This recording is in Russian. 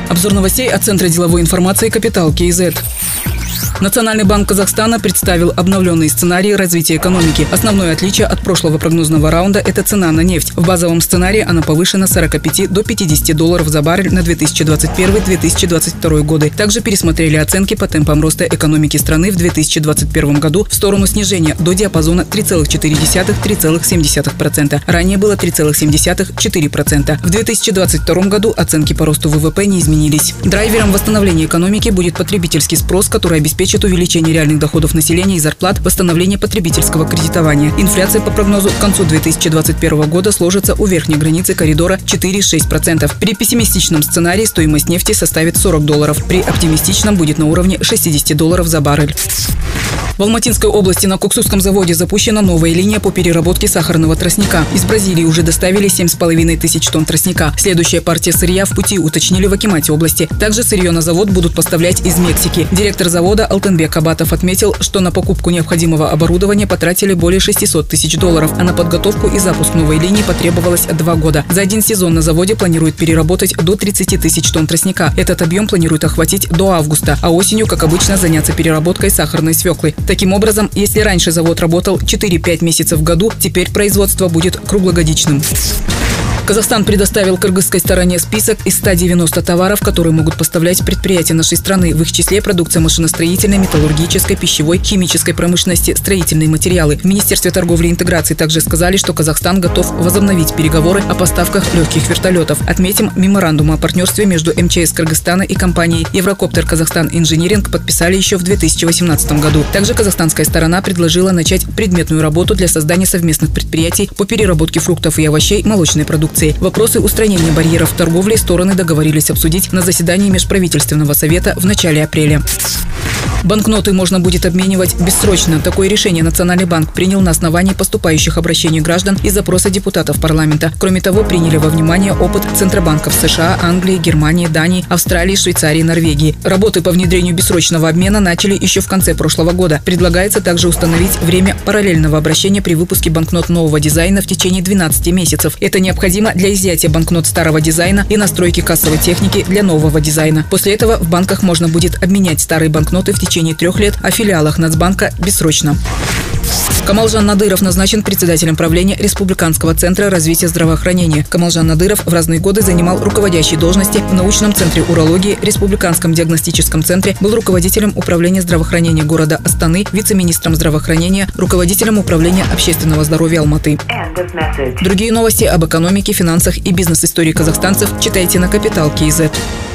Обзор новостей от Центра деловой информации «Капитал КИЗ». Национальный банк Казахстана представил обновленные сценарии развития экономики. Основное отличие от прошлого прогнозного раунда – это цена на нефть. В базовом сценарии она повышена с 45 до 50 долларов за баррель на 2021-2022 годы. Также пересмотрели оценки по темпам роста экономики страны в 2021 году в сторону снижения до диапазона 3,4–3,7%. Ранее было 3,7–4%. В 2022 году оценки по росту ВВП не изменились. Драйвером восстановления экономики будет потребительский спрос, который обеспечит увеличение реальных доходов населения и зарплат, восстановление потребительского кредитования. Инфляция по прогнозу к концу 2021 года сложится у верхней границы коридора 4,6%. При пессимистичном сценарии стоимость нефти составит 40 долларов. При оптимистичном будет на уровне 60 долларов за баррель. В Алматинской области на Коксусском заводе запущена новая линия по переработке сахарного тростника. Из Бразилии уже доставили 7,5 тысяч тонн тростника. Следующая партия сырья в пути, уточнили в Акимате области. Также сырье на завод будут поставлять из Мексики. Директор завода Алтынбек Абатов отметил, что на покупку необходимого оборудования потратили более 600 тысяч долларов, а на подготовку и запуск новой линии потребовалось 2 года. За один сезон на заводе планируют переработать до 30 тысяч тонн тростника. Этот объем планируют охватить до августа, а осенью, как обычно, заняться переработкой сахарной свеклы. Таким образом, если раньше завод работал 4-5 месяцев в году, теперь производство будет круглогодичным. Казахстан предоставил кыргызской стороне список из 190 товаров, которые могут поставлять предприятия нашей страны. В их числе продукция машиностроительной, металлургической, пищевой, химической промышленности, строительные материалы. В Министерстве торговли и интеграции также сказали, что Казахстан готов возобновить переговоры о поставках легких вертолетов. Отметим, меморандум о партнерстве между МЧС Кыргызстана и компанией Еврокоптер Казахстан Инжиниринг подписали еще в 2018 году. Также казахстанская сторона предложила начать предметную работу для создания совместных предприятий по переработке фруктов и овощей, молочной продукции. Вопросы устранения барьеров в торговле стороны договорились обсудить на заседании Межправительственного совета в начале апреля. Банкноты можно будет обменивать бессрочно. Такое решение Национальный банк принял на основании поступающих обращений граждан и запроса депутатов парламента. Кроме того, приняли во внимание опыт центробанков США, Англии, Германии, Дании, Австралии, Швейцарии, Норвегии. Работы по внедрению бессрочного обмена начали еще в конце прошлого года. Предлагается также установить время параллельного обращения при выпуске банкнот нового дизайна в течение 12 месяцев. Это необходимо для изъятия банкнот старого дизайна и настройки кассовой техники для нового дизайна. После этого в банках можно будет обменять старые банкноты в течение 3 лет, а в филиалах Нацбанка бессрочно. Камалжан Надыров назначен председателем правления Республиканского центра развития здравоохранения. Камалжан Надыров в разные годы занимал руководящие должности в научном центре урологии, Республиканском диагностическом центре, был руководителем управления здравоохранения города Астаны, вице-министром здравоохранения, руководителем управления общественного здоровья Алматы. Другие новости об экономике, финансах и бизнес-истории казахстанцев читайте на Капитал КИЗ.